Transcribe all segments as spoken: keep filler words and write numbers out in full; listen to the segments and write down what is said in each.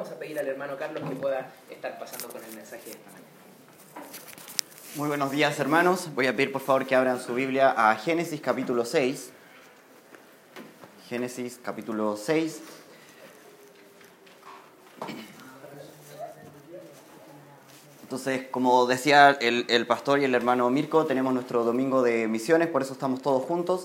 Vamos a pedir al hermano Carlos que pueda estar pasando con el mensaje de esta mañana. Muy buenos días, hermanos. Voy a pedir por favor que abran su Biblia a Génesis capítulo seis. Génesis capítulo seis. Entonces, como decía el, el pastor y el hermano Mirko, tenemos nuestro domingo de misiones, por eso estamos todos juntos.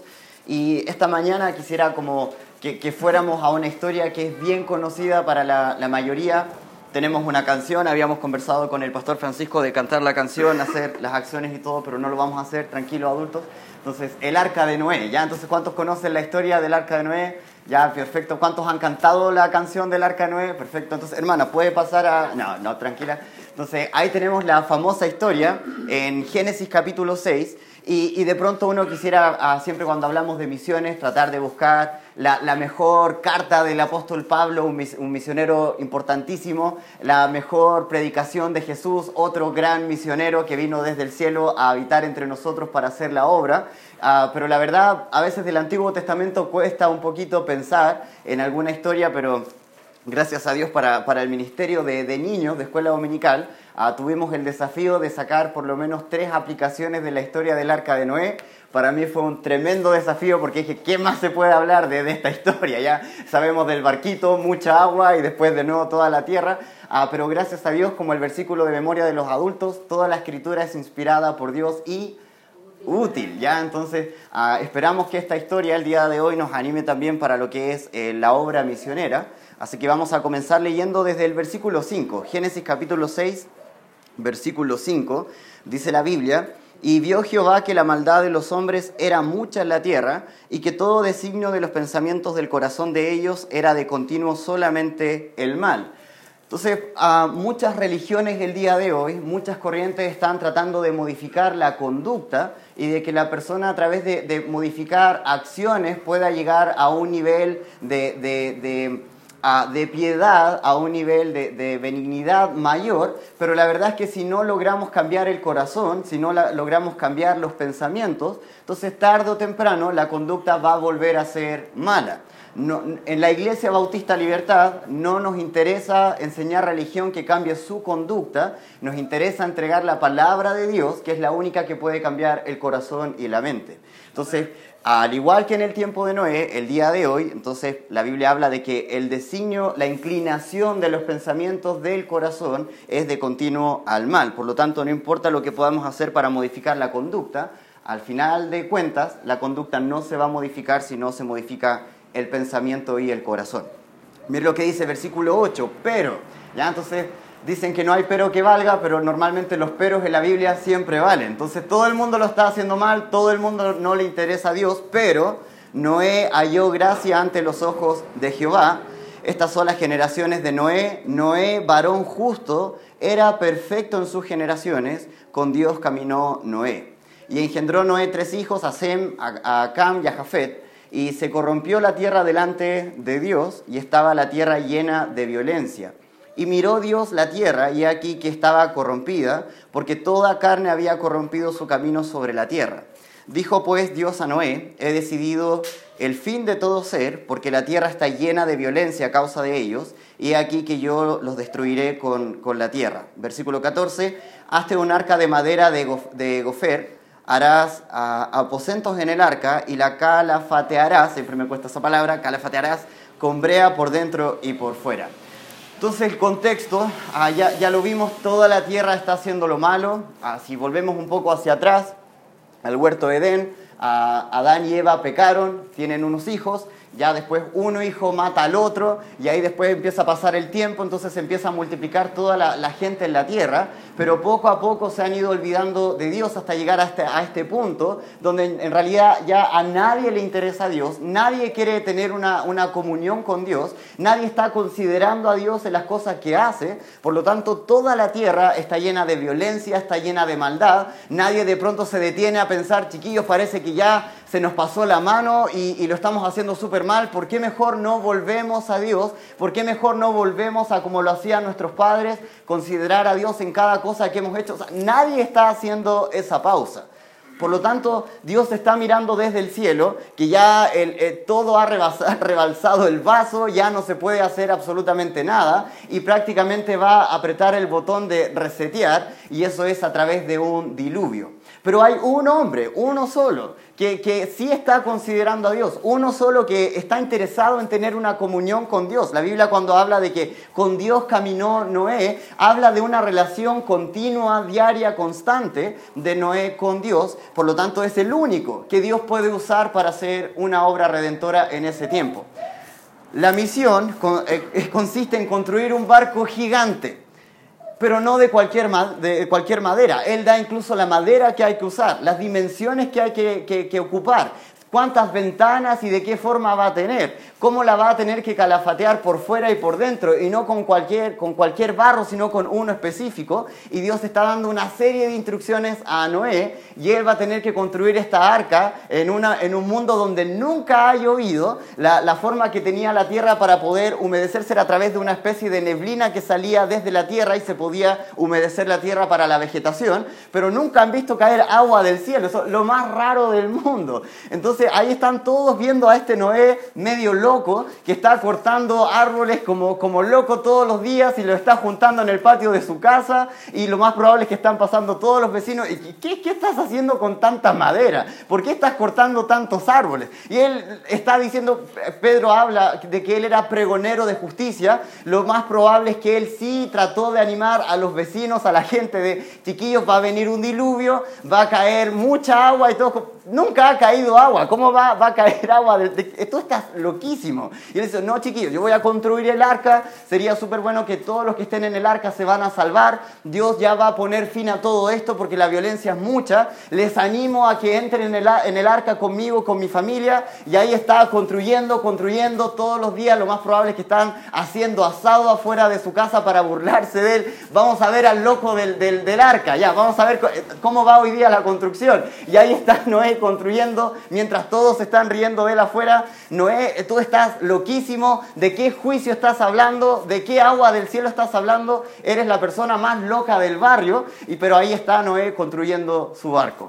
Y esta mañana quisiera como que, que fuéramos a una historia que es bien conocida para la, la mayoría. Tenemos una canción, habíamos conversado con el pastor Francisco de cantar la canción, hacer las acciones y todo, pero no lo vamos a hacer, tranquilos adultos. Entonces, el Arca de Noé, ¿ya? Entonces, ¿cuántos conocen la historia del Arca de Noé? Ya, perfecto. ¿Cuántos han cantado la canción del Arca de Noé? Perfecto. Entonces, hermana, ¿puede pasar a...? No, no, tranquila. Entonces, ahí tenemos la famosa historia en Génesis capítulo seis. Y, y de pronto uno quisiera, ah, siempre cuando hablamos de misiones, tratar de buscar la, la mejor carta del apóstol Pablo, un, mis, un misionero importantísimo, la mejor predicación de Jesús, otro gran misionero que vino desde el cielo a habitar entre nosotros para hacer la obra. Ah, pero la verdad, a veces del Antiguo Testamento cuesta un poquito pensar en alguna historia, pero gracias a Dios para, para el ministerio de, de niños de escuela dominical, Uh, tuvimos el desafío de sacar por lo menos tres aplicaciones de la historia del Arca de Noé. Para mí fue un tremendo desafío porque dije, ¿qué más se puede hablar de, de esta historia? Ya sabemos del barquito, mucha agua y después de nuevo toda la tierra. Uh, pero gracias a Dios, como el versículo de memoria de los adultos, toda la escritura es inspirada por Dios y útil, ¿ya? Entonces, uh, esperamos que esta historia el día de hoy nos anime también para lo que es eh, la obra misionera. Así que vamos a comenzar leyendo desde el versículo cinco, Génesis capítulo seis, versículo cinco, dice la Biblia: y vio Jehová que la maldad de los hombres era mucha en la tierra, y que todo designio de los pensamientos del corazón de ellos era de continuo solamente el mal. Entonces, a muchas religiones el día de hoy, muchas corrientes están tratando de modificar la conducta y de que la persona a través de, de modificar acciones pueda llegar a un nivel de... de, de de piedad, a un nivel de, de benignidad mayor, pero la verdad es que si no logramos cambiar el corazón, si no la, logramos cambiar los pensamientos, entonces tarde o temprano la conducta va a volver a ser mala. No, en la Iglesia Bautista Libertad no nos interesa enseñar religión que cambie su conducta, nos interesa entregar la palabra de Dios, que es la única que puede cambiar el corazón y la mente. Entonces, al igual que en el tiempo de Noé, el día de hoy, entonces la Biblia habla de que el designio, la inclinación de los pensamientos del corazón es de continuo al mal. Por lo tanto, no importa lo que podamos hacer para modificar la conducta, al final de cuentas, la conducta no se va a modificar si no se modifica el pensamiento y el corazón. Miren lo que dice el versículo ocho, pero, ¿ya? Entonces dicen que no hay pero que valga, pero normalmente los peros en la Biblia siempre valen. Entonces todo el mundo lo está haciendo mal, todo el mundo no le interesa a Dios, pero Noé halló gracia ante los ojos de Jehová. Estas son las generaciones de Noé. Noé, varón justo, era perfecto en sus generaciones, con Dios caminó Noé. Y engendró Noé tres hijos, a Sem, a Cam y a Jafet. Y se corrompió la tierra delante de Dios, y estaba la tierra llena de violencia. Y miró Dios la tierra, y aquí que estaba corrompida, porque toda carne había corrompido su camino sobre la tierra. Dijo pues Dios a Noé: he decidido el fin de todo ser, porque la tierra está llena de violencia a causa de ellos, y aquí que yo los destruiré con, con la tierra. Versículo catorce, hazte un arca de madera de, gof, de gofer, harás uh, aposentos en el arca, y la calafatearás, siempre me cuesta esa palabra, calafatearás con brea por dentro y por fuera. Entonces el contexto, ah, ya, ya lo vimos, toda la tierra está haciendo lo malo. Ah, si volvemos un poco hacia atrás, al huerto de Edén, ah, Adán y Eva pecaron, tienen unos hijos, ya después uno hijo mata al otro, y ahí después empieza a pasar el tiempo, entonces se empieza a multiplicar toda la, la gente en la tierra, pero poco a poco se han ido olvidando de Dios hasta llegar a este, a este punto, donde en, en realidad ya a nadie le interesa a Dios, nadie quiere tener una, una comunión con Dios, nadie está considerando a Dios en las cosas que hace, por lo tanto toda la tierra está llena de violencia, está llena de maldad, nadie de pronto se detiene a pensar, chiquillos, parece que ya se nos pasó la mano y, y lo estamos haciendo súper mal, ¿por qué mejor no volvemos a Dios? ¿Por qué mejor no volvemos a como lo hacían nuestros padres, considerar a Dios en cada cosa que hemos hecho? O sea, nadie está haciendo esa pausa. Por lo tanto, Dios está mirando desde el cielo, que ya el, el, todo ha rebasado, rebalsado el vaso, ya no se puede hacer absolutamente nada y prácticamente va a apretar el botón de resetear y eso es a través de un diluvio. Pero hay un hombre, uno solo, que, que sí está considerando a Dios, uno solo que está interesado en tener una comunión con Dios. La Biblia cuando habla de que con Dios caminó Noé, habla de una relación continua, diaria, constante de Noé con Dios. Por lo tanto, es el único que Dios puede usar para hacer una obra redentora en ese tiempo. La misión consiste en construir un barco gigante, pero no de cualquier, de cualquier madera. Él da incluso la madera que hay que usar, las dimensiones que hay que, que, que ocupar, cuántas ventanas y de qué forma va a tener, cómo la va a tener que calafatear por fuera y por dentro, y no con cualquier, con cualquier barro, sino con uno específico. Y Dios está dando una serie de instrucciones a Noé, y él va a tener que construir esta arca en, una, en un mundo donde nunca ha llovido. La, la forma que tenía la tierra para poder humedecerse era a través de una especie de neblina que salía desde la tierra y se podía humedecer la tierra para la vegetación, pero nunca han visto caer agua del cielo. Eso es lo más raro del mundo. Entonces ahí están todos viendo a este Noé medio loco que está cortando árboles como, como loco todos los días y lo está juntando en el patio de su casa, y lo más probable es que están pasando todos los vecinos. ¿Y qué, qué estás haciendo con tanta madera? ¿Por qué estás cortando tantos árboles? Y él está diciendo, Pedro habla de que él era pregonero de justicia. Lo más probable es que él sí trató de animar a los vecinos, a la gente de chiquillos, va a venir un diluvio, va a caer mucha agua y todo. Nunca ha caído agua. ¿Cómo va, va a caer agua? De, de, tú estás loquísimo. Y él dice, no chiquillos, yo voy a construir el arca, sería súper bueno que todos los que estén en el arca se van a salvar, Dios ya va a poner fin a todo esto porque la violencia es mucha, les animo a que entren en el, en el arca conmigo, con mi familia, y ahí está construyendo, construyendo todos los días. Lo más probable es que están haciendo asado afuera de su casa para burlarse de él. Vamos a ver al loco del, del, del arca, ya, vamos a ver cómo va hoy día la construcción. Y ahí está Noé construyendo, mientras todos se están riendo de él afuera. Noé, tú estás loquísimo, ¿de qué juicio estás hablando? ¿De qué agua del cielo estás hablando? Eres la persona más loca del barrio, y pero ahí está Noé construyendo su barco.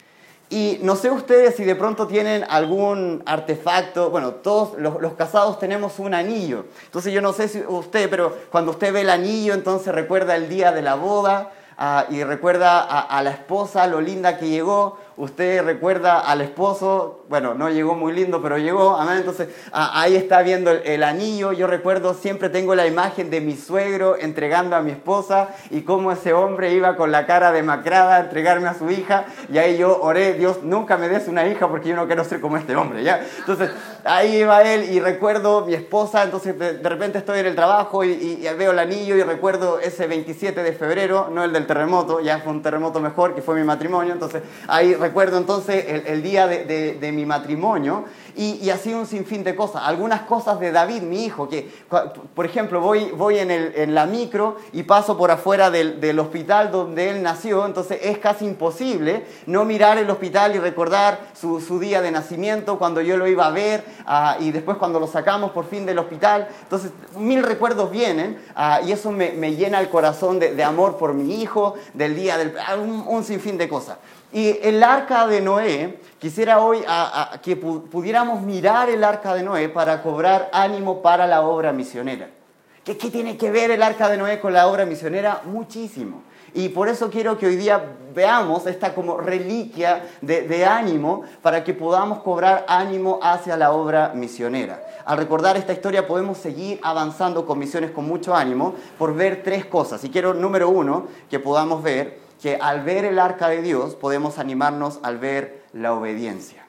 Y no sé ustedes si de pronto tienen algún artefacto. Bueno, todos los, los casados tenemos un anillo. Entonces yo no sé si usted, pero cuando usted ve el anillo, entonces recuerda el día de la boda, uh, y recuerda a, a la esposa, lo linda que llegó. Usted recuerda al esposo, bueno, no llegó muy lindo, pero llegó, amén. Entonces, ah, ahí está viendo el, el anillo. Yo recuerdo, siempre tengo la imagen de mi suegro entregando a mi esposa y cómo ese hombre iba con la cara demacrada a entregarme a su hija. Y ahí yo oré, Dios, nunca me des una hija porque yo no quiero ser como este hombre, ¿ya? Entonces, ahí iba él y recuerdo mi esposa. Entonces, de, de repente estoy en el trabajo y, y, y veo el anillo y recuerdo ese veintisiete de febrero, no el del terremoto, ya fue un terremoto mejor, que fue mi matrimonio. Entonces, ahí recuerdo entonces el, el día de, de, de mi matrimonio, y, y así un sinfín de cosas. Algunas cosas de David, mi hijo, que por ejemplo voy, voy en, el, en la micro y paso por afuera del, del hospital donde él nació. Entonces es casi imposible no mirar el hospital y recordar su, su día de nacimiento, cuando yo lo iba a ver, uh, y después cuando lo sacamos por fin del hospital. Entonces mil recuerdos vienen, uh, y eso me, me llena el corazón de, de amor por mi hijo, del día del... un, un sinfín de cosas. Y el arca de Noé, quisiera hoy a, a, que pu- pudiéramos mirar el arca de Noé para cobrar ánimo para la obra misionera. ¿Qué, ¿Qué tiene que ver el arca de Noé con la obra misionera? Muchísimo. Y por eso quiero que hoy día veamos esta como reliquia de, de ánimo, para que podamos cobrar ánimo hacia la obra misionera. Al recordar esta historia podemos seguir avanzando con misiones con mucho ánimo por ver tres cosas. Y quiero, número uno, que podamos ver que al ver el arca de Dios podemos animarnos al ver la obediencia.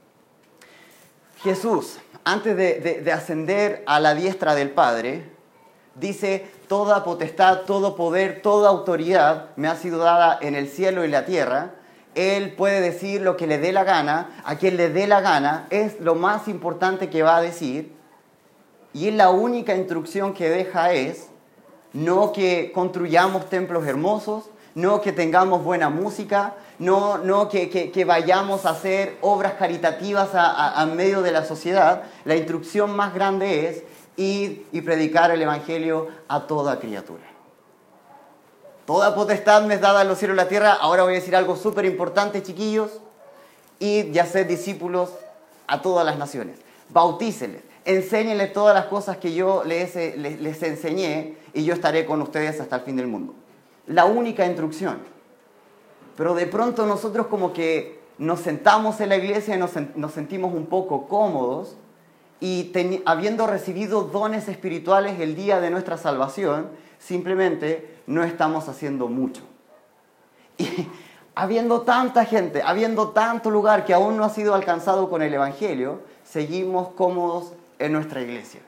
Jesús, antes de, de, de ascender a la diestra del Padre, dice: toda potestad, todo poder, toda autoridad me ha sido dada en el cielo y la tierra. Él puede decir lo que le dé la gana, a quien le dé la gana, es lo más importante que va a decir. Y él, la única instrucción que deja es no que construyamos templos hermosos, no que tengamos buena música, no, no que, que, que vayamos a hacer obras caritativas a, a, a medio de la sociedad. La instrucción más grande es ir y predicar el Evangelio a toda criatura. Toda potestad me es dada en los cielos y la tierra. Ahora voy a decir algo súper importante, chiquillos. id y haced discípulos a todas las naciones. Bautíceles, enséñenles todas las cosas que yo les, les, les enseñé y yo estaré con ustedes hasta el fin del mundo. La única instrucción. Pero de pronto nosotros como que nos sentamos en la iglesia y nos, nos sentimos un poco cómodos y ten, habiendo recibido dones espirituales el día de nuestra salvación, simplemente no estamos haciendo mucho. Y habiendo tanta gente, habiendo tanto lugar que aún no ha sido alcanzado con el Evangelio, seguimos cómodos en nuestra iglesia.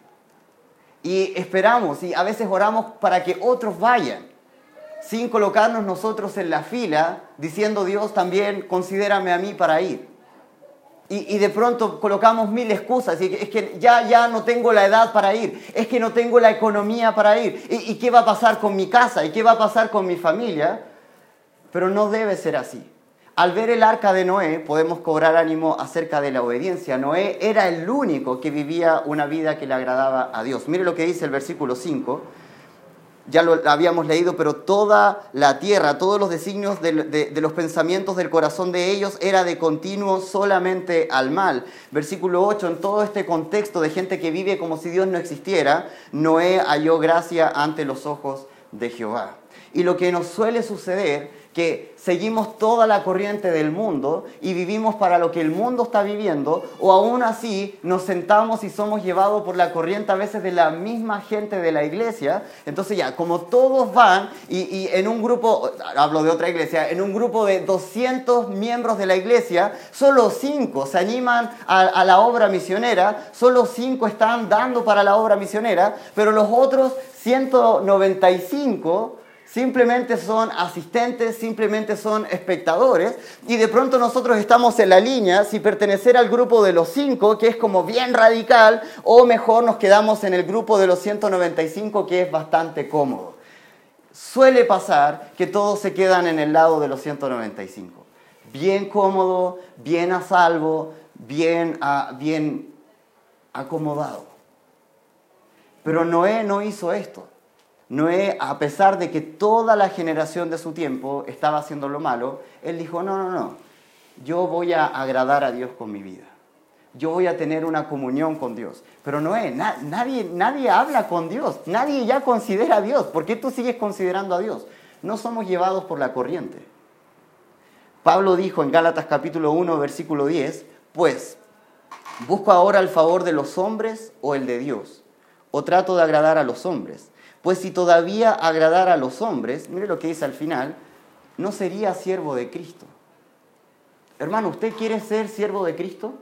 Y esperamos y a veces oramos para que otros vayan, sin colocarnos nosotros en la fila, diciendo Dios también considérame a mí para ir. Y, y de pronto colocamos mil excusas, y es que ya, ya no tengo la edad para ir, es que no tengo la economía para ir, y, y qué va a pasar con mi casa, y qué va a pasar con mi familia. Pero no debe ser así. Al ver el arca de Noé, podemos cobrar ánimo acerca de la obediencia. Noé era el único que vivía una vida que le agradaba a Dios. Mire lo que dice el versículo cinco. Ya lo habíamos leído, pero toda la tierra, todos los designios de, de, de los pensamientos del corazón de ellos era de continuo solamente al mal. Versículo ocho, en todo este contexto de gente que vive como si Dios no existiera, Noé halló gracia ante los ojos de Jehová. Y lo que nos suele suceder, que seguimos toda la corriente del mundo y vivimos para lo que el mundo está viviendo, o aún así nos sentamos y somos llevados por la corriente a veces de la misma gente de la iglesia. Entonces ya, como todos van y, y en un grupo, hablo de otra iglesia, en un grupo de doscientos miembros de la iglesia, solo cinco se animan a, a la obra misionera, solo cinco están dando para la obra misionera, pero los otros ciento noventa y cinco simplemente son asistentes, simplemente son espectadores, y de pronto nosotros estamos en la línea si pertenecer al grupo de los cinco, que es como bien radical, o mejor nos quedamos en el grupo de los ciento noventa y cinco, que es bastante cómodo. Suele pasar que todos se quedan en el lado de los ciento noventa y cinco. Bien cómodo, bien a salvo, bien, uh, bien acomodado. Pero Noé no hizo esto. Noé, a pesar de que toda la generación de su tiempo estaba haciendo lo malo, él dijo, no, no, no, yo voy a agradar a Dios con mi vida. Yo voy a tener una comunión con Dios. Pero Noé, na- nadie, nadie habla con Dios, nadie ya considera a Dios. ¿Por qué tú sigues considerando a Dios? No somos llevados por la corriente. Pablo dijo en Gálatas capítulo uno, versículo diez, pues, ¿busco ahora el favor de los hombres o el de Dios? ¿O trato de agradar a los hombres? Pues si todavía agradara a los hombres, mire lo que dice al final, no sería siervo de Cristo. Hermano, ¿usted quiere ser siervo de Cristo?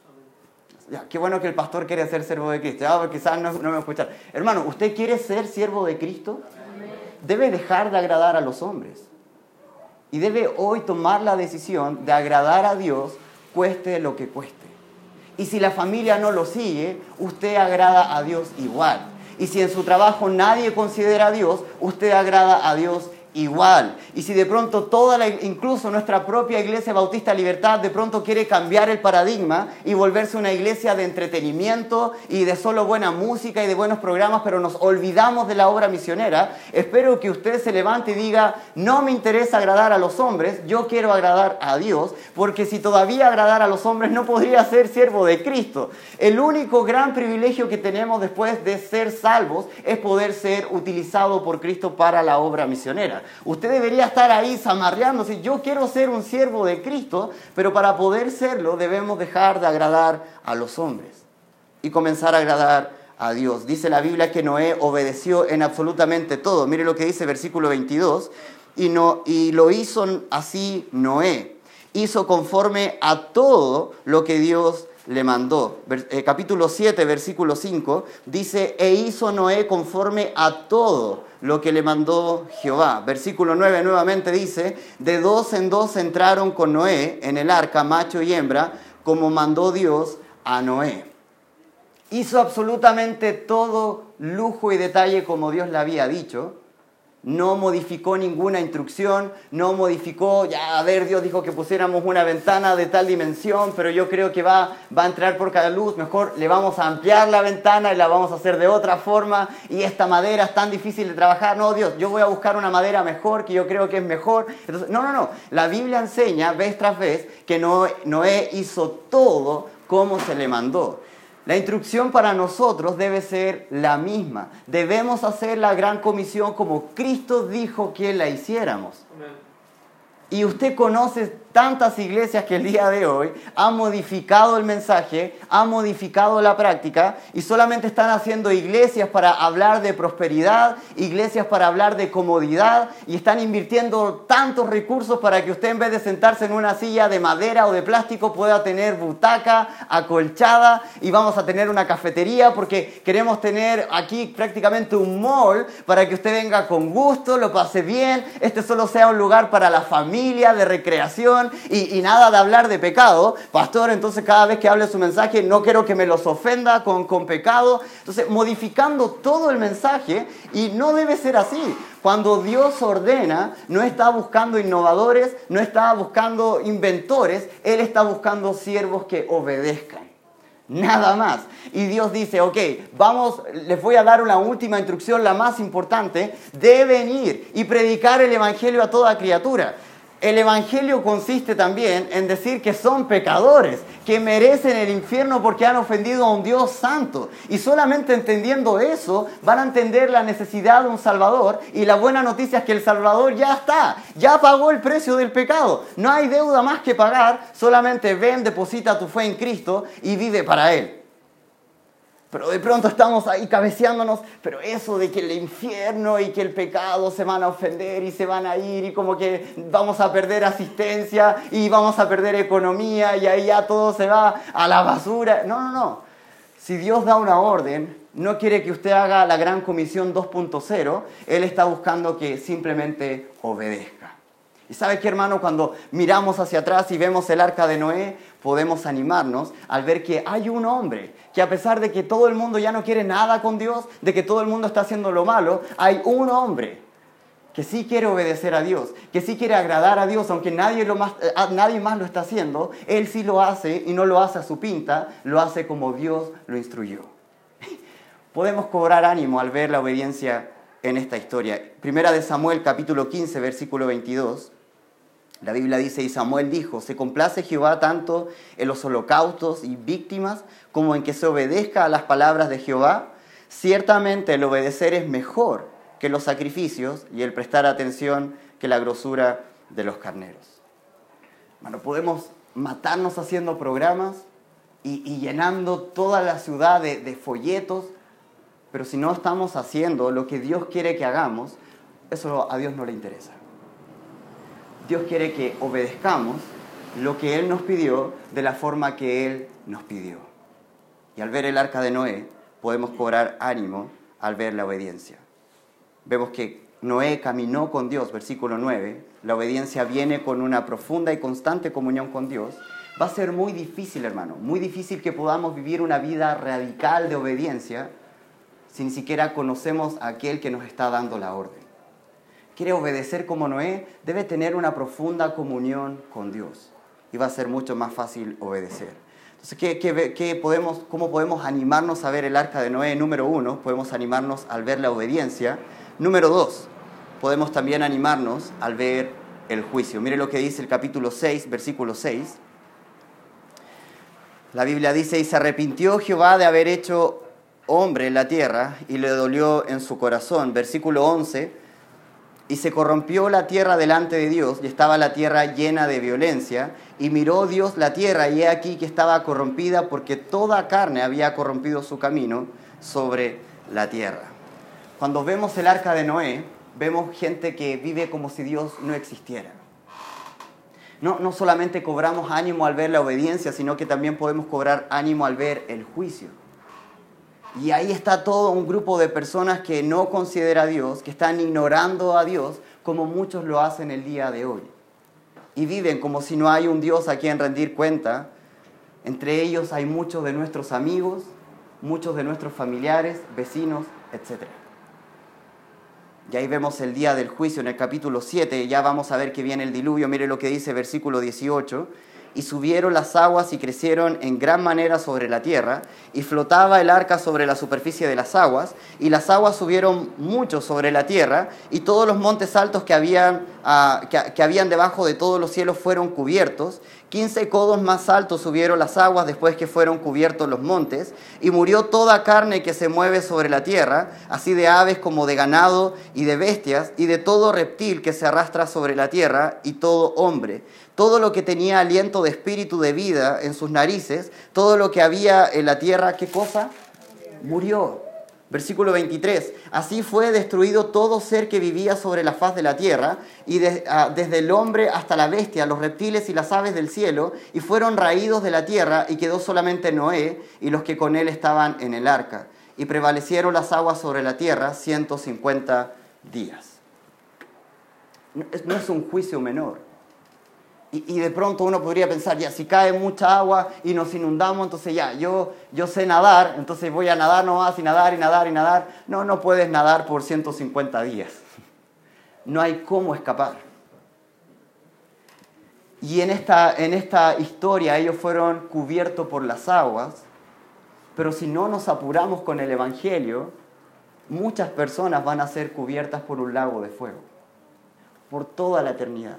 Ya, qué bueno que el pastor quiere ser siervo de Cristo. Ya, quizás no, no me escuchan. Hermano, ¿usted quiere ser siervo de Cristo? Debe dejar de agradar a los hombres. Y debe hoy tomar la decisión de agradar a Dios, cueste lo que cueste. Y si la familia no lo sigue, usted agrada a Dios igual. Y si en su trabajo nadie considera a Dios, usted agrada a Dios igual. Y si de pronto toda la, incluso nuestra propia Iglesia Bautista Libertad de pronto quiere cambiar el paradigma y volverse una iglesia de entretenimiento y de solo buena música y de buenos programas, pero nos olvidamos de la obra misionera, espero que usted se levante y diga, no me interesa agradar a los hombres, yo quiero agradar a Dios, porque si todavía agradar a los hombres no podría ser siervo de Cristo. El único gran privilegio que tenemos después de ser salvos es poder ser utilizado por Cristo para la obra misionera. Usted debería estar ahí zamarreándose. Yo quiero ser un siervo de Cristo, pero para poder serlo debemos dejar de agradar a los hombres y comenzar a agradar a Dios. Dice la Biblia que Noé obedeció en absolutamente todo. Mire lo que dice versículo veintidós. Y, no, y lo hizo así Noé. Hizo conforme a todo lo que Dios le mandó. Eh, capítulo siete, versículo cinco, dice, e hizo Noé conforme a todo lo que le mandó Jehová. Versículo nueve nuevamente dice, de dos en dos entraron con Noé en el arca, macho y hembra, como mandó Dios a Noé. Hizo absolutamente todo lujo y detalle como Dios le había dicho. no modificó ninguna instrucción, no modificó, ya a ver, Dios dijo que pusiéramos una ventana de tal dimensión, pero yo creo que va, va a entrar por cada luz, mejor le vamos a ampliar la ventana y la vamos a hacer de otra forma, y esta madera es tan difícil de trabajar, no, Dios, yo voy a buscar una madera mejor, que yo creo que es mejor. Entonces, no, no, no, la Biblia enseña vez tras vez que Noé, Noé hizo todo como se le mandó. La instrucción para nosotros debe ser la misma. Debemos hacer la gran comisión como Cristo dijo que la hiciéramos. Amén. Y usted conoce tantas iglesias que el día de hoy han modificado el mensaje, han modificado la práctica y solamente están haciendo iglesias para hablar de prosperidad, iglesias para hablar de comodidad y están invirtiendo tantos recursos para que usted en vez de sentarse en una silla de madera o de plástico pueda tener butaca acolchada y vamos a tener una cafetería porque queremos tener aquí prácticamente un mall para que usted venga con gusto, lo pase bien, este solo sea un lugar para la familia, de recreación. Y, y nada de hablar de pecado. Pastor, entonces cada vez que hable su mensaje no quiero que me los ofenda con, con pecado. Entonces modificando todo el mensaje y no debe ser así. Cuando Dios ordena, no está buscando innovadores, no está buscando inventores, Él está buscando siervos que obedezcan. Nada más. Y Dios dice, ok, vamos, les voy a dar una última instrucción, la más importante, deben ir y predicar el evangelio a toda criatura. El evangelio consiste también en decir que son pecadores, que merecen el infierno porque han ofendido a un Dios santo. Y solamente entendiendo eso van a entender la necesidad de un Salvador. Y la buena noticia es que el Salvador ya está, ya pagó el precio del pecado. No hay deuda más que pagar, solamente ven, deposita tu fe en Cristo y vive para Él. Pero de pronto estamos ahí cabeceándonos, pero eso de que el infierno y que el pecado se van a ofender y se van a ir y como que vamos a perder asistencia y vamos a perder economía y ahí ya todo se va a la basura. No, no, no. Si Dios da una orden, no quiere que usted haga la gran comisión dos punto cero, Él está buscando que simplemente obedezca. Y ¿sabe qué, hermano? Cuando miramos hacia atrás y vemos el arca de Noé, podemos animarnos al ver que hay un hombre que a pesar de que todo el mundo ya no quiere nada con Dios, de que todo el mundo está haciendo lo malo, hay un hombre que sí quiere obedecer a Dios, que sí quiere agradar a Dios, aunque nadie, lo más, eh, nadie más lo está haciendo, él sí lo hace y no lo hace a su pinta, lo hace como Dios lo instruyó. Podemos cobrar ánimo al ver la obediencia en esta historia. Primera de Samuel, capítulo quince, versículo veintidós. La Biblia dice, y Samuel dijo, se complace Jehová tanto en los holocaustos y víctimas como en que se obedezca a las palabras de Jehová. Ciertamente el obedecer es mejor que los sacrificios y el prestar atención que la grosura de los carneros. Bueno, podemos matarnos haciendo programas y, y llenando toda la ciudad de, de folletos, pero si no estamos haciendo lo que Dios quiere que hagamos, eso a Dios no le interesa. Dios quiere que obedezcamos lo que Él nos pidió de la forma que Él nos pidió. Y al ver el arca de Noé, podemos cobrar ánimo al ver la obediencia. Vemos que Noé caminó con Dios, versículo nueve. La obediencia viene con una profunda y constante comunión con Dios. Va a ser muy difícil, hermano, muy difícil que podamos vivir una vida radical de obediencia si ni siquiera conocemos a aquel que nos está dando la orden. Quiere obedecer como Noé, debe tener una profunda comunión con Dios. Y va a ser mucho más fácil obedecer. Entonces, ¿qué, qué, qué podemos, ¿cómo podemos animarnos a ver el arca de Noé? Número uno, podemos animarnos al ver la obediencia. Número dos, podemos también animarnos al ver el juicio. Mire lo que dice el capítulo seis, versículo seis. La Biblia dice, y se arrepintió Jehová de haber hecho hombre en la tierra, y le dolió en su corazón. Versículo once. Y se corrompió la tierra delante de Dios, y estaba la tierra llena de violencia. Y miró Dios la tierra, y he aquí que estaba corrompida, porque toda carne había corrompido su camino sobre la tierra. Cuando vemos el arca de Noé, vemos gente que vive como si Dios no existiera. No, no solamente cobramos ánimo al ver la obediencia, sino que también podemos cobrar ánimo al ver el juicio. Y ahí está todo un grupo de personas que no considera a Dios, que están ignorando a Dios, como muchos lo hacen el día de hoy. Y viven como si no hay un Dios a quien rendir cuenta. Entre ellos hay muchos de nuestros amigos, muchos de nuestros familiares, vecinos, etcétera. Y ahí vemos el día del juicio en el capítulo siete, ya vamos a ver que viene el diluvio. Mire lo que dice versículo dieciocho. Y subieron las aguas y crecieron en gran manera sobre la tierra, y flotaba el arca sobre la superficie de las aguas, y las aguas subieron mucho sobre la tierra, y todos los montes altos que habían, uh, que, que habían debajo de todos los cielos fueron cubiertos. Quince codos más altos subieron las aguas después que fueron cubiertos los montes, y murió toda carne que se mueve sobre la tierra, así de aves como de ganado y de bestias, y de todo reptil que se arrastra sobre la tierra, y todo hombre. Todo lo que tenía aliento de espíritu de vida en sus narices, todo lo que había en la tierra, ¿qué cosa? Murió. Versículo veintitrés. Así fue destruido todo ser que vivía sobre la faz de la tierra, y de, uh, desde el hombre hasta la bestia, los reptiles y las aves del cielo, y fueron raídos de la tierra, y quedó solamente Noé y los que con él estaban en el arca. Y prevalecieron las aguas sobre la tierra ciento cincuenta días. No, no es un juicio menor. Y, y de pronto uno podría pensar, ya, si cae mucha agua y nos inundamos, entonces ya, yo, yo sé nadar, entonces voy a nadar nomás y nadar y nadar y nadar. No, no puedes nadar por ciento cincuenta días. No hay cómo escapar. Y en esta, en esta historia ellos fueron cubiertos por las aguas, pero si no nos apuramos con el Evangelio, muchas personas van a ser cubiertas por un lago de fuego, por toda la eternidad.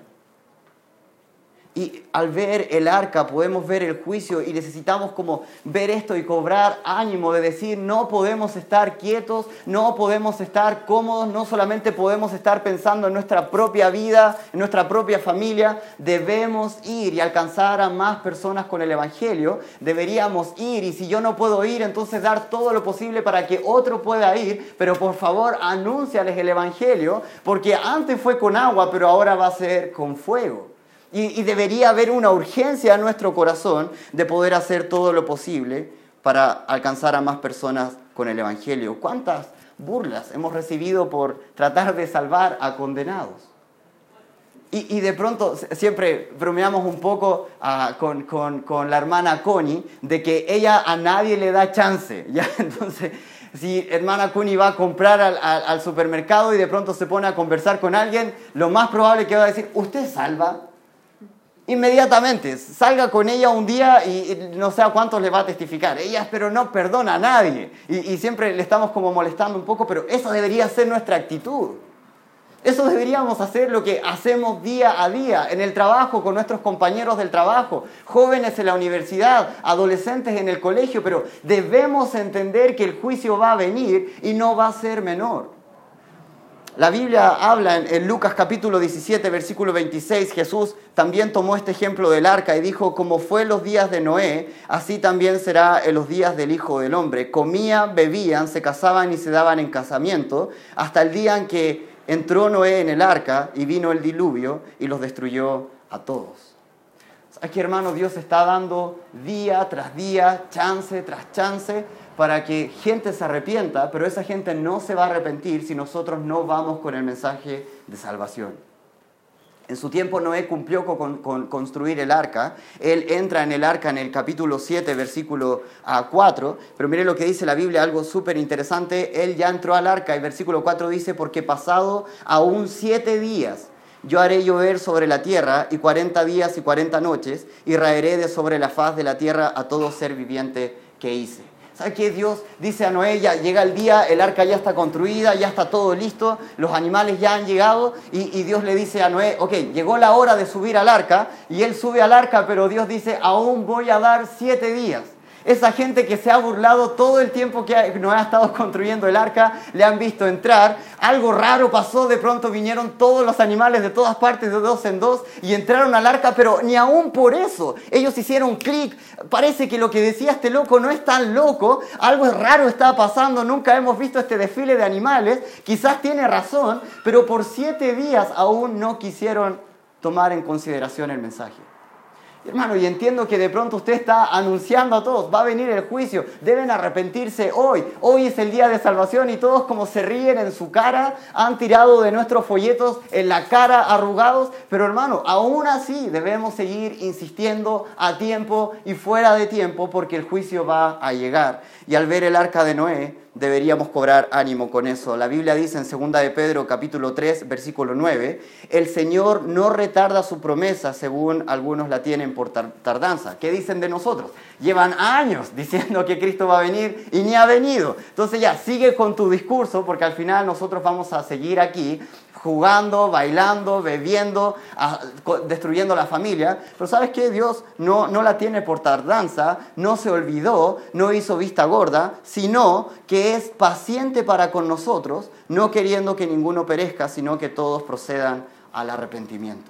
Y al ver el arca podemos ver el juicio y necesitamos como ver esto y cobrar ánimo de decir no podemos estar quietos, no podemos estar cómodos, no solamente podemos estar pensando en nuestra propia vida, en nuestra propia familia, debemos ir y alcanzar a más personas con el Evangelio, deberíamos ir y si yo no puedo ir entonces dar todo lo posible para que otro pueda ir, pero por favor anúnciales el Evangelio porque antes fue con agua pero ahora va a ser con fuego. Y, y debería haber una urgencia en nuestro corazón de poder hacer todo lo posible para alcanzar a más personas con el Evangelio. ¿Cuántas burlas hemos recibido por tratar de salvar a condenados? Y, y de pronto siempre bromeamos un poco uh, con, con, con la hermana Connie de que ella a nadie le da chance, ¿ya? Entonces, si hermana Connie va a comprar al, al, al supermercado y de pronto se pone a conversar con alguien, lo más probable es que va a decir, ¿usted salva? Inmediatamente, salga con ella un día y no sé a cuántos le va a testificar. Ella, pero no perdona a nadie. Y, y siempre le estamos como molestando un poco, pero esa debería ser nuestra actitud. Eso deberíamos hacer lo que hacemos día a día, en el trabajo, con nuestros compañeros del trabajo, jóvenes en la universidad, adolescentes en el colegio, pero debemos entender que el juicio va a venir y no va a ser menor. La Biblia habla en, en Lucas capítulo diecisiete, versículo veintiséis, Jesús también tomó este ejemplo del arca y dijo, como fue en los días de Noé, así también será en los días del Hijo del Hombre. Comían, bebían, se casaban y se daban en casamiento, hasta el día en que entró Noé en el arca y vino el diluvio y los destruyó a todos. Aquí, hermano, Dios está dando día tras día, chance tras chance, para que gente se arrepienta, pero esa gente no se va a arrepentir si nosotros no vamos con el mensaje de salvación. En su tiempo Noé cumplió con, con construir el arca. Él entra en el arca en el capítulo siete, versículo cuatro, pero mire lo que dice la Biblia, algo súper interesante. Él ya entró al arca y versículo cuatro dice, porque pasado aún siete días, yo haré llover sobre la tierra y cuarenta días y cuarenta noches, y raeré de sobre la faz de la tierra a todo ser viviente que hice. ¿Sabe qué? Dios dice a Noé, ya llega el día, el arca ya está construida, ya está todo listo, los animales ya han llegado, y, y Dios le dice a Noé, ok, llegó la hora de subir al arca, y él sube al arca, pero Dios dice, aún voy a dar siete días. Esa gente que se ha burlado todo el tiempo que Noé ha estado construyendo el arca, le han visto entrar. Algo raro pasó, de pronto vinieron todos los animales de todas partes, de dos en dos, y entraron al arca, pero ni aún por eso. Ellos hicieron clic. Parece que lo que decía este loco no es tan loco. Algo raro está pasando. Nunca hemos visto este desfile de animales. Quizás tiene razón, pero por siete días aún no quisieron tomar en consideración el mensaje. Hermano, y entiendo que de pronto usted está anunciando a todos, va a venir el juicio, deben arrepentirse hoy, hoy es el día de salvación, y todos como se ríen en su cara, han tirado de nuestros folletos en la cara arrugados, pero hermano, aún así debemos seguir insistiendo a tiempo y fuera de tiempo porque el juicio va a llegar. Y al ver el arca de Noé, deberíamos cobrar ánimo con eso. La Biblia dice en segunda de Pedro capítulo tres, versículo nueve, el Señor no retarda su promesa según algunos la tienen por tardanza. ¿Qué dicen de nosotros? Llevan años diciendo que Cristo va a venir y ni ha venido. Entonces ya, sigue con tu discurso porque al final nosotros vamos a seguir aquí jugando, bailando, bebiendo, a, destruyendo la familia. Pero ¿sabes qué? Dios no, no la tiene por tardanza, no se olvidó, no hizo vista gorda, sino que es paciente para con nosotros, no queriendo que ninguno perezca, sino que todos procedan al arrepentimiento.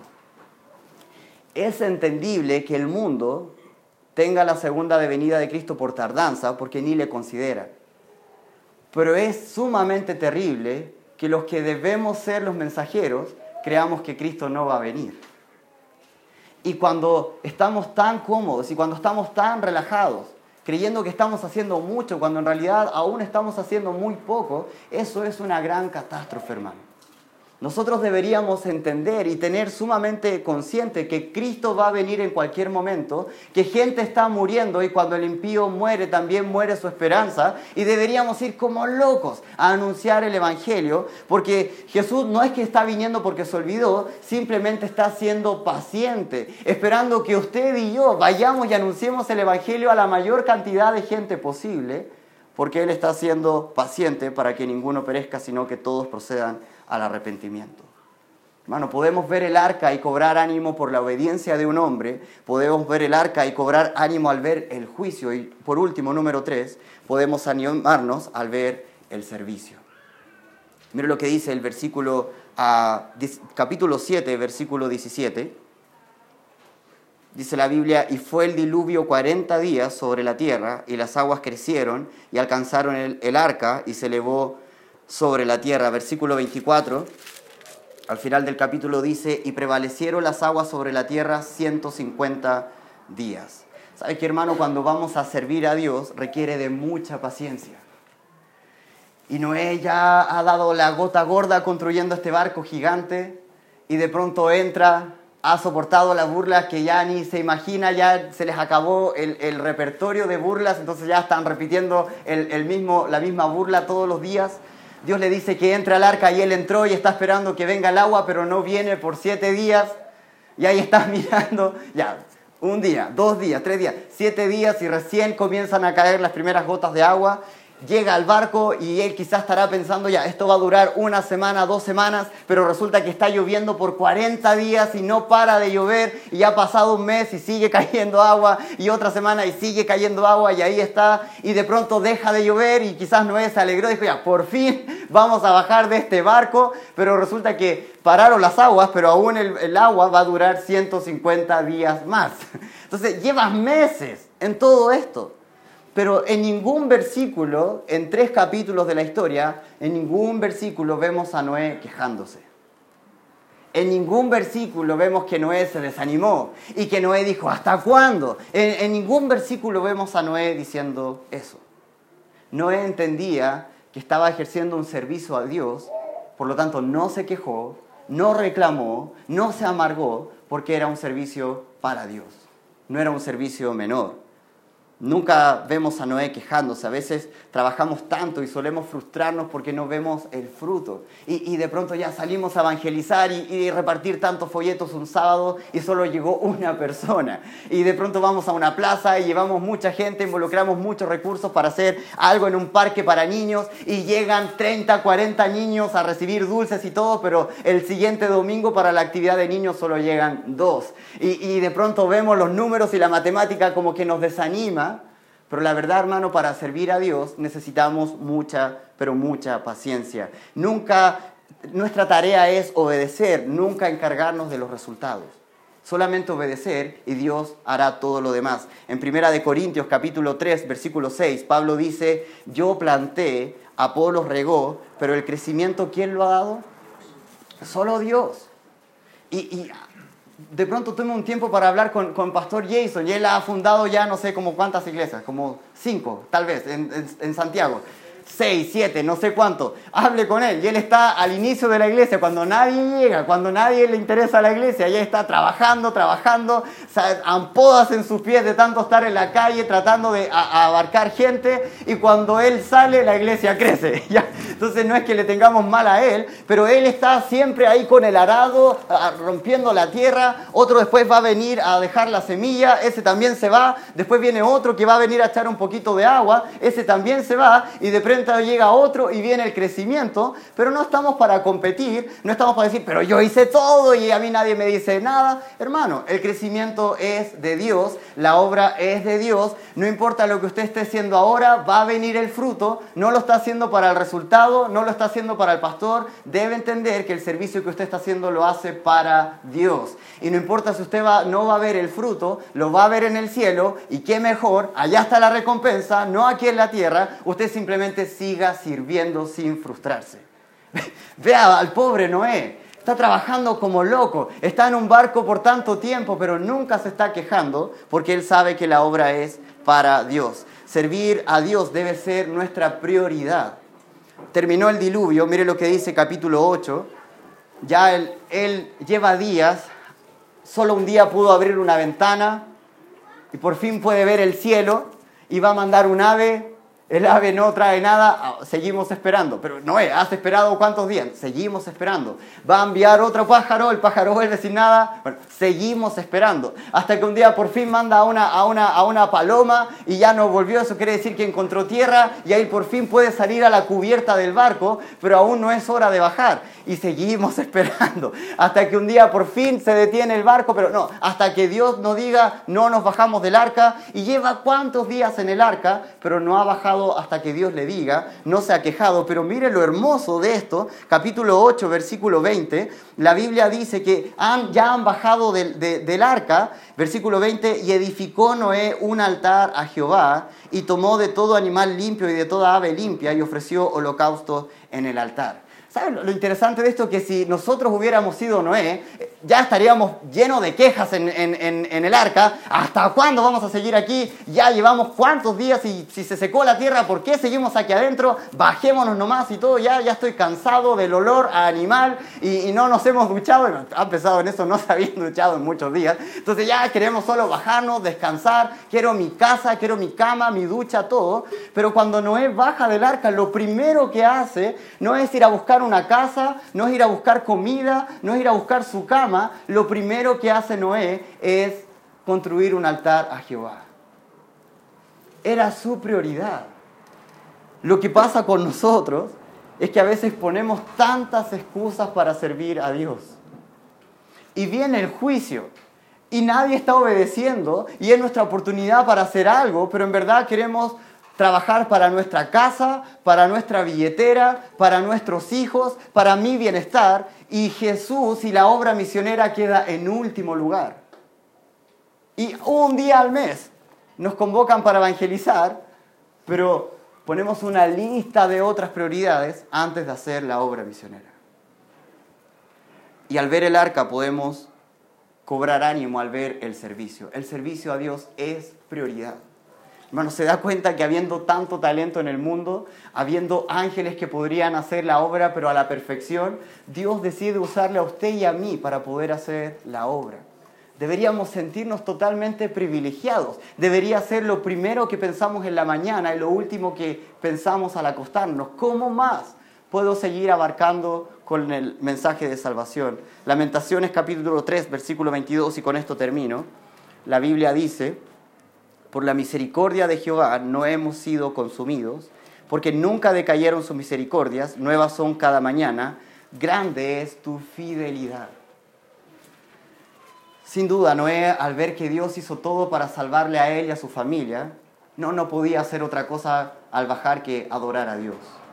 Es entendible que el mundo tenga la segunda venida de Cristo por tardanza, porque ni le considera. Pero es sumamente terrible que los que debemos ser los mensajeros creamos que Cristo no va a venir. Y cuando estamos tan cómodos y cuando estamos tan relajados, creyendo que estamos haciendo mucho, cuando en realidad aún estamos haciendo muy poco, eso es una gran catástrofe, hermano. Nosotros deberíamos entender y tener sumamente consciente que Cristo va a venir en cualquier momento, que gente está muriendo y cuando el impío muere también muere su esperanza y deberíamos ir como locos a anunciar el Evangelio porque Jesús no es que está viniendo porque se olvidó, simplemente está siendo paciente, esperando que usted y yo vayamos y anunciemos el Evangelio a la mayor cantidad de gente posible porque Él está siendo paciente para que ninguno perezca, sino que todos procedan al arrepentimiento. Hermano, podemos ver el arca y cobrar ánimo por la obediencia de un hombre, podemos ver el arca y cobrar ánimo al ver el juicio, y por último, número tres, podemos animarnos al ver el servicio. Mire lo que dice el versículo, uh, capítulo siete, versículo diecisiete. Dice la Biblia, y fue el diluvio cuarenta días sobre la tierra, y las aguas crecieron y alcanzaron el, el arca, y se elevó sobre la tierra. Versículo veinticuatro, al final del capítulo dice, y prevalecieron las aguas sobre la tierra ciento cincuenta días. ¿Sabes qué, hermano? Cuando vamos a servir a Dios requiere de mucha paciencia. Y Noé ya ha dado la gota gorda construyendo este barco gigante y de pronto entra, ha soportado las burlas que ya ni se imagina, ya se les acabó el, el repertorio de burlas, entonces ya están repitiendo el, el mismo, la misma burla todos los días. Dios le dice que entre al arca y él entró y está esperando que venga el agua, pero no viene por siete días. Y ahí está mirando, ya, un día, dos días, tres días, siete días y recién comienzan a caer las primeras gotas de agua. Llega al barco y él quizás estará pensando, ya, esto va a durar una semana, dos semanas, pero resulta que está lloviendo por cuarenta días y no para de llover y ya ha pasado un mes y sigue cayendo agua y otra semana y sigue cayendo agua y ahí está y de pronto deja de llover y quizás Noé se alegró y dijo, ya, por fin vamos a bajar de este barco, pero resulta que pararon las aguas, pero aún el, el agua va a durar ciento cincuenta días más. Entonces llevas meses en todo esto. Pero en ningún versículo, en tres capítulos de la historia, en ningún versículo vemos a Noé quejándose. En ningún versículo vemos que Noé se desanimó y que Noé dijo, ¿hasta cuándo? En, en ningún versículo vemos a Noé diciendo eso. Noé entendía que estaba ejerciendo un servicio a Dios, por lo tanto no se quejó, no reclamó, no se amargó, porque era un servicio para Dios. No era un servicio menor. Nunca vemos a Noé quejándose. A veces trabajamos tanto y solemos frustrarnos porque no vemos el fruto. Y, y de pronto ya salimos a evangelizar y, y repartir tantos folletos un sábado y solo llegó una persona. Y de pronto vamos a una plaza y llevamos mucha gente, involucramos muchos recursos para hacer algo en un parque para niños y llegan treinta, cuarenta niños a recibir dulces y todo, pero el siguiente domingo para la actividad de niños solo llegan dos. Y, y de pronto vemos los números y la matemática como que nos desanima. Pero la verdad, hermano, para servir a Dios necesitamos mucha, pero mucha paciencia. Nunca, nuestra tarea es obedecer, nunca encargarnos de los resultados. Solamente obedecer y Dios hará todo lo demás. En Primera de Corintios, capítulo tres, versículo seis, Pablo dice, yo planté, Apolos regó, pero el crecimiento, ¿quién lo ha dado? Solo Dios. Y... y de pronto tuve un tiempo para hablar con, con Pastor Jason y él ha fundado ya no sé como cuántas iglesias, como cinco tal vez en, en, en Santiago. seis, siete, no sé cuánto. Hable con él. Y él está al inicio de la iglesia, cuando nadie llega, cuando nadie le interesa a la iglesia. Y él está trabajando, trabajando, ampodas en sus pies de tanto estar en la calle, tratando de a, a abarcar gente. Y cuando él sale, la iglesia crece. ¿Ya? Entonces no es que le tengamos mal a él, pero él está siempre ahí con el arado, rompiendo la tierra. Otro después va a venir a dejar la semilla, ese también se va. Después viene otro que va a venir a echar un poquito de agua, ese también se va. Y de pronto llega otro y viene el crecimiento. Pero no estamos para competir, no estamos para decir, pero yo hice todo y a mí nadie me dice nada. Hermano, el crecimiento es de Dios, la obra es de Dios. No importa lo que usted esté haciendo ahora, va a venir el fruto. No lo está haciendo para el resultado, no lo está haciendo para el pastor. Debe entender que el servicio que usted está haciendo lo hace para Dios. Y no importa si usted va, no va a ver el fruto, lo va a ver en el cielo. Y qué mejor, allá está la recompensa, no aquí en la tierra. Usted simplemente siga sirviendo sin frustrarse. Vea al pobre Noé. Está trabajando como loco, está en un barco por tanto tiempo, pero nunca se está quejando porque él sabe que la obra es para Dios. Servir a Dios debe ser nuestra prioridad. Terminó el diluvio, mire lo que dice capítulo ocho. Ya él, él lleva días, solo un día pudo abrir una ventana y por fin puede ver el cielo y va a mandar un ave. El ave no trae nada, seguimos esperando. Pero Noé, ¿has esperado cuántos días? Seguimos esperando. Va a enviar otro pájaro, el pájaro vuelve sin nada. Bueno, seguimos esperando. Hasta que un día por fin manda a una, a una, a una paloma y ya no volvió. Eso quiere decir que encontró tierra y ahí por fin puede salir a la cubierta del barco, pero aún no es hora de bajar. Y seguimos esperando. Hasta que un día por fin se detiene el barco, pero no, hasta que Dios nos diga, no nos bajamos del arca. Y lleva cuántos días en el arca, pero no ha bajado hasta que Dios le diga, no se ha quejado. Pero mire lo hermoso de esto, capítulo ocho, versículo veinte, la Biblia dice que han, ya han bajado del, de, del arca, versículo veinte, y edificó Noé un altar a Jehová, y tomó de todo animal limpio y de toda ave limpia, y ofreció holocausto en el altar. ¿Saben lo interesante de esto? Que si nosotros hubiéramos sido Noé, ya estaríamos llenos de quejas en, en, en, en el arca. ¿Hasta cuándo vamos a seguir aquí? Ya llevamos cuántos días y si se secó la tierra, ¿por qué seguimos aquí adentro? Bajémonos nomás y todo. Ya, ya estoy cansado del olor a animal y, y no nos hemos duchado. Han pensado en eso, no se habían duchado en muchos días. Entonces ya queremos solo bajarnos, descansar. Quiero mi casa, quiero mi cama, mi ducha, todo. Pero cuando Noé baja del arca, lo primero que hace no es ir a buscar una casa, no es ir a buscar comida, no es ir a buscar su cama. Lo primero que hace Noé es construir un altar a Jehová. Era su prioridad. Lo que pasa con nosotros es que a veces ponemos tantas excusas para servir a Dios. Y viene el juicio y nadie está obedeciendo y es nuestra oportunidad para hacer algo, pero en verdad queremos trabajar para nuestra casa, para nuestra billetera, para nuestros hijos, para mi bienestar. Y Jesús y la obra misionera queda en último lugar. Y un día al mes nos convocan para evangelizar, pero ponemos una lista de otras prioridades antes de hacer la obra misionera. Y al ver el arca podemos cobrar ánimo al ver el servicio. El servicio a Dios es prioridad. Hermano, se da cuenta que habiendo tanto talento en el mundo, habiendo ángeles que podrían hacer la obra, pero a la perfección, Dios decide usarle a usted y a mí para poder hacer la obra. Deberíamos sentirnos totalmente privilegiados. Debería ser lo primero que pensamos en la mañana y lo último que pensamos al acostarnos. ¿Cómo más puedo seguir abarcando con el mensaje de salvación? Lamentaciones capítulo tres, versículo veintidós, y con esto termino. La Biblia dice: por la misericordia de Jehová no hemos sido consumidos, porque nunca decayeron sus misericordias, nuevas son cada mañana, grande es tu fidelidad. Sin duda, Noé, al ver que Dios hizo todo para salvarle a él y a su familia, no, no podía hacer otra cosa al bajar que adorar a Dios.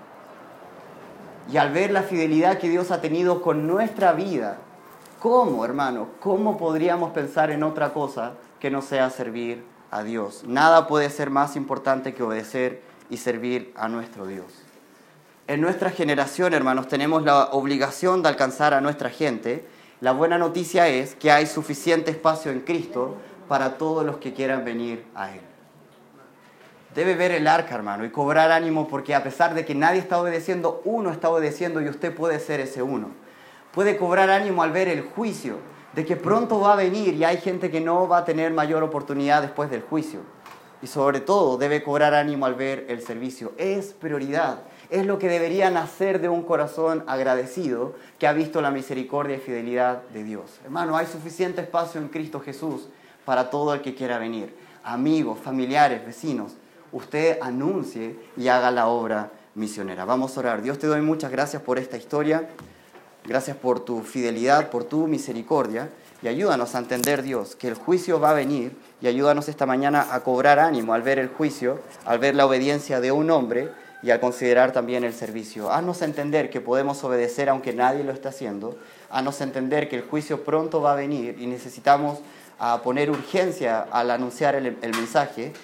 Y al ver la fidelidad que Dios ha tenido con nuestra vida, ¿cómo, hermano? ¿Cómo podríamos pensar en otra cosa que no sea servir a Dios? Nada puede ser más importante que obedecer y servir a nuestro Dios. En nuestra generación, hermanos, tenemos la obligación de alcanzar a nuestra gente. La buena noticia es que hay suficiente espacio en Cristo para todos los que quieran venir a Él. Debe ver el arca, hermano, y cobrar ánimo porque a pesar de que nadie está obedeciendo, uno está obedeciendo y usted puede ser ese uno. Puede cobrar ánimo al ver el juicio, de que pronto va a venir y hay gente que no va a tener mayor oportunidad después del juicio. Y sobre todo debe cobrar ánimo al ver el servicio. Es prioridad, es lo que debería nacer de un corazón agradecido que ha visto la misericordia y fidelidad de Dios. Hermano, hay suficiente espacio en Cristo Jesús para todo el que quiera venir. Amigos, familiares, vecinos, usted anuncie y haga la obra misionera. Vamos a orar. Dios, te doy muchas gracias por esta historia. Gracias por tu fidelidad, por tu misericordia. Y ayúdanos a entender, Dios, que el juicio va a venir. Y ayúdanos esta mañana a cobrar ánimo al ver el juicio, al ver la obediencia de un hombre y al considerar también el servicio. Haznos entender que podemos obedecer aunque nadie lo esté haciendo. Haznos entender que el juicio pronto va a venir y necesitamos a poner urgencia al anunciar el, el mensaje